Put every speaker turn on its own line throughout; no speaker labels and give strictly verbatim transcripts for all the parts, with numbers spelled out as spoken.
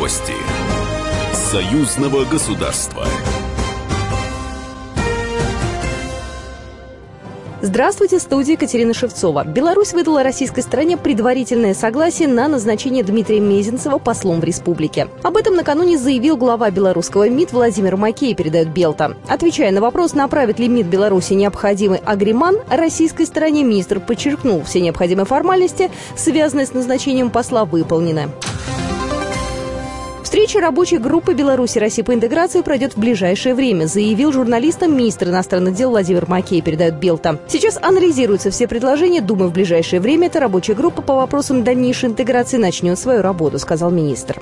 Новости союзного государства.
Здравствуйте, в студии Екатерина Шевцова. Беларусь выдала российской стороне предварительное согласие на назначение Дмитрия Мезенцева послом в республике. Об этом накануне заявил глава белорусского МИД Владимир Макей, передает Белта. Отвечая на вопрос, направит ли МИД Беларуси необходимый агриман, российской стороне министр подчеркнул, все необходимые формальности, связанные с назначением посла, выполнены. Встреча рабочей группы Беларуси и России по интеграции пройдет в ближайшее время, заявил журналистам министр иностранных дел Владимир Макей, передает Белта. Сейчас анализируются все предложения. Думаю, в ближайшее время эта рабочая группа по вопросам дальнейшей интеграции начнет свою работу, сказал министр.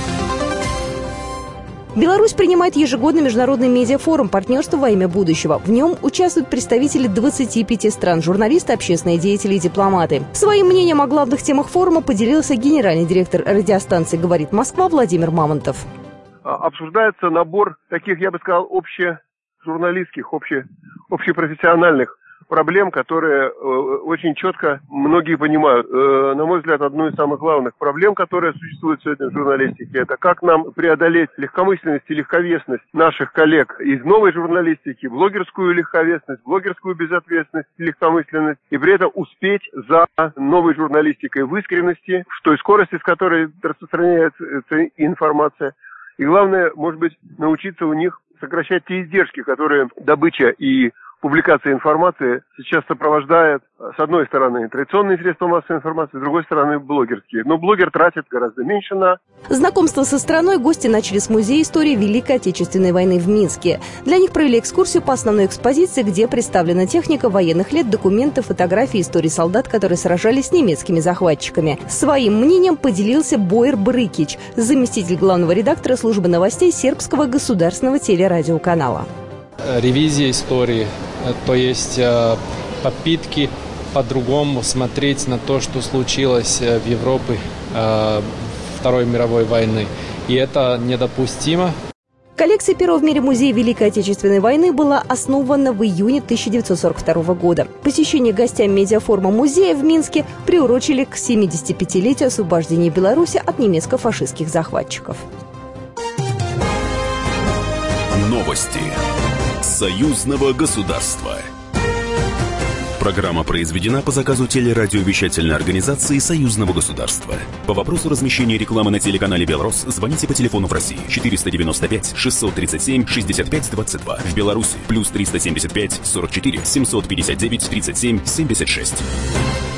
Беларусь принимает ежегодный международный медиафорум «Партнерство во имя будущего». В нем участвуют представители двадцати пяти стран, журналисты, общественные деятели и дипломаты. Своим мнением о главных темах форума поделился генеральный директор радиостанции «Говорит Москва» Владимир Мамонтов.
Обсуждается набор таких, я бы сказал, общежурналистских, обще, общепрофессиональных проблем, которые э, очень четко многие понимают. Э, на мой взгляд, одну из самых главных проблем, которые существуют сегодня в журналистике, это как нам преодолеть легкомысленность и легковесность наших коллег из новой журналистики, блогерскую легковесность, блогерскую безответственность и легкомысленность, и при этом успеть за новой журналистикой в искренности, в той скорости, с которой распространяется информация. И главное, может быть, научиться у них сокращать те издержки, которые добыча и публикация информации сейчас сопровождает, с одной стороны, традиционные средства массовой информации, с другой стороны, блогерские. Но блогер тратит гораздо меньше на...
Знакомство со страной гости начали с Музея истории Великой Отечественной войны в Минске. Для них провели экскурсию по основной экспозиции, где представлена техника военных лет, документы, фотографии, истории солдат, которые сражались с немецкими захватчиками. Своим мнением поделился Боер Брыкич, заместитель главного редактора службы новостей сербского государственного телерадиоканала.
Ревизия истории, то есть попытки по-другому смотреть на то, что случилось в Европе Второй мировой войны. И это недопустимо.
Коллекция перо в мире Музея Великой Отечественной войны была основана в июне тысяча девятьсот сорок второго года. Посещение гостям медиафорума музея в Минске приурочили к семидесятипятилетию освобождения Беларуси от немецко-фашистских захватчиков.
Новости союзного государства. Программа произведена по заказу телерадиовещательной организации союзного государства. По вопросу размещения рекламы на телеканале «Белрос» звоните по телефону в России четыреста девяносто пять шестьсот тридцать семь шестьдесят пять двадцать два. В Беларуси плюс триста семьдесят пять сорок четыре семьсот пятьдесят девять тридцать семь семьдесят шесть.